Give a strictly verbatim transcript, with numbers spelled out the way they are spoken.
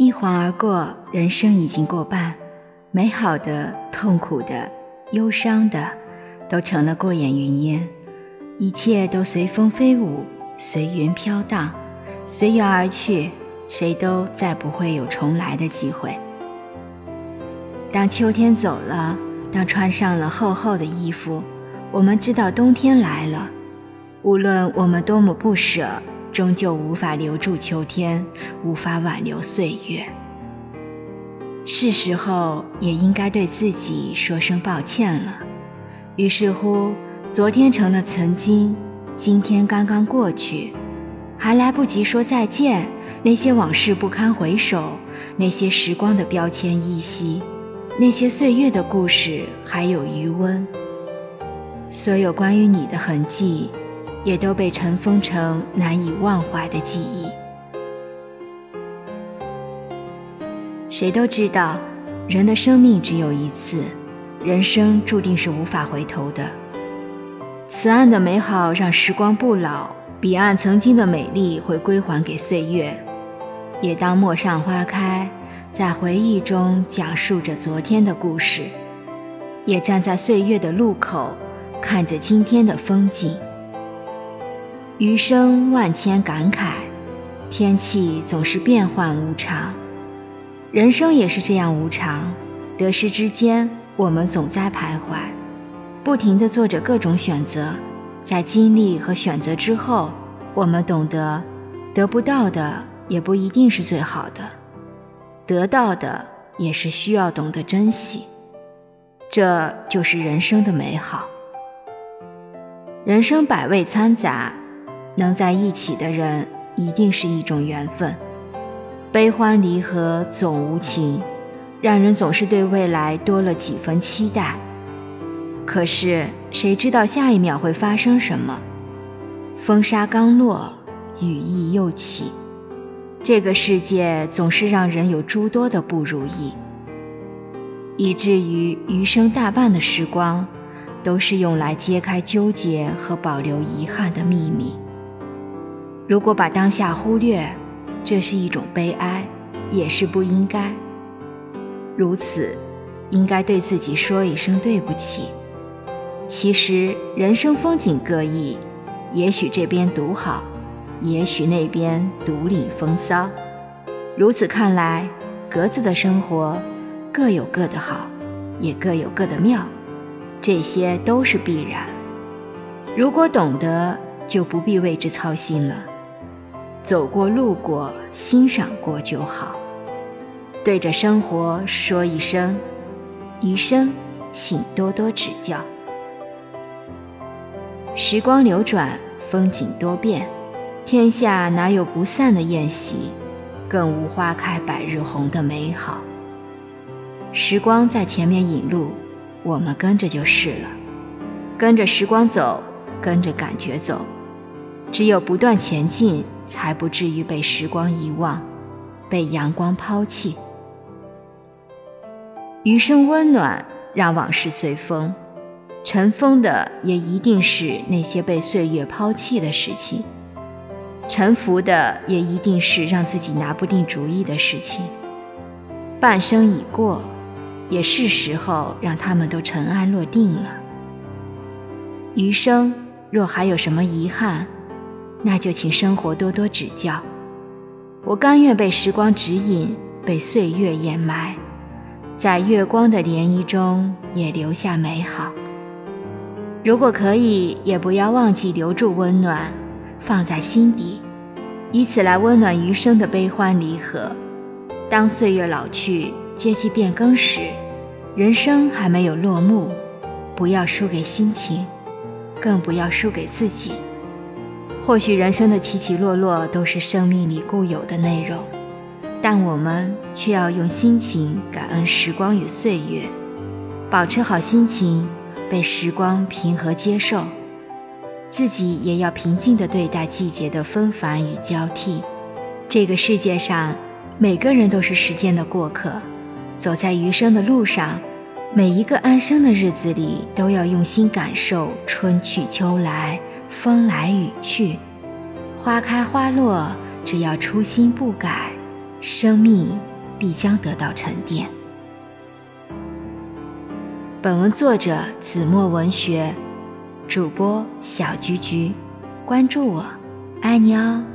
一晃而过，人生已经过半，美好的、痛苦的、忧伤的，都成了过眼云烟，一切都随风飞舞，随云飘荡，随缘而去，谁都再不会有重来的机会。当秋天走了，当穿上了厚厚的衣服，我们知道冬天来了。无论我们多么不舍，终究无法留住秋天，无法挽留岁月。是时候也应该对自己说声抱歉了。于是乎，昨天成了曾经，今天刚刚过去，还来不及说再见，那些往事不堪回首，那些时光的标签依稀，那些岁月的故事还有余温。所有关于你的痕迹，也都被尘封成难以忘怀的记忆。谁都知道，人的生命只有一次，人生注定是无法回头的。此岸的美好让时光不老，彼岸曾经的美丽会归还给岁月。也当陌上花开，在回忆中讲述着昨天的故事，也站在岁月的路口，看着今天的风景。余生万千感慨，天气总是变幻无常，人生也是这样无常，得失之间我们总在徘徊，不停地做着各种选择。在经历和选择之后，我们懂得，得不到的也不一定是最好的，得到的也是需要懂得珍惜。这就是人生的美好。人生百味掺杂，能在一起的人一定是一种缘分。悲欢离合总无情，让人总是对未来多了几分期待。可是谁知道下一秒会发生什么？风沙刚落，雨意又起，这个世界总是让人有诸多的不如意，以至于余生大半的时光都是用来揭开纠结和保留遗憾的秘密。如果把当下忽略，这是一种悲哀，也是不应该。如此，应该对自己说一声对不起。其实人生风景各异，也许这边独好，也许那边独领风骚。如此看来，各自的生活各有各的好，也各有各的妙，这些都是必然。如果懂得，就不必为之操心了。走过路过，欣赏过就好。对着生活说一声，余生请多多指教。时光流转，风景多变，天下哪有不散的宴席，更无花开百日红的美好。时光在前面引路，我们跟着就是了。跟着时光走，跟着感觉走，只有不断前进，才不至于被时光遗忘，被阳光抛弃。余生温暖，让往事随风，尘封的也一定是那些被岁月抛弃的事情，沉浮的也一定是让自己拿不定主意的事情。半生已过，也是时候让他们都尘埃落定了。余生若还有什么遗憾，那就请生活多多指教。我甘愿被时光指引，被岁月掩埋，在月光的涟漪中也留下美好。如果可以，也不要忘记留住温暖，放在心底，以此来温暖余生的悲欢离合。当岁月老去，阶级变更时，人生还没有落幕，不要输给心情，更不要输给自己。或许人生的起起落落都是生命里固有的内容，但我们却要用心情感恩时光与岁月，保持好心情，被时光平和接受，自己也要平静地对待季节的纷繁与交替。这个世界上，每个人都是时间的过客，走在余生的路上，每一个安生的日子里，都要用心感受春去秋来，风来雨去，花开花落，只要初心不改，生命必将得到沉淀。本文作者子墨文学，主播小菊菊，关注我，爱你哦。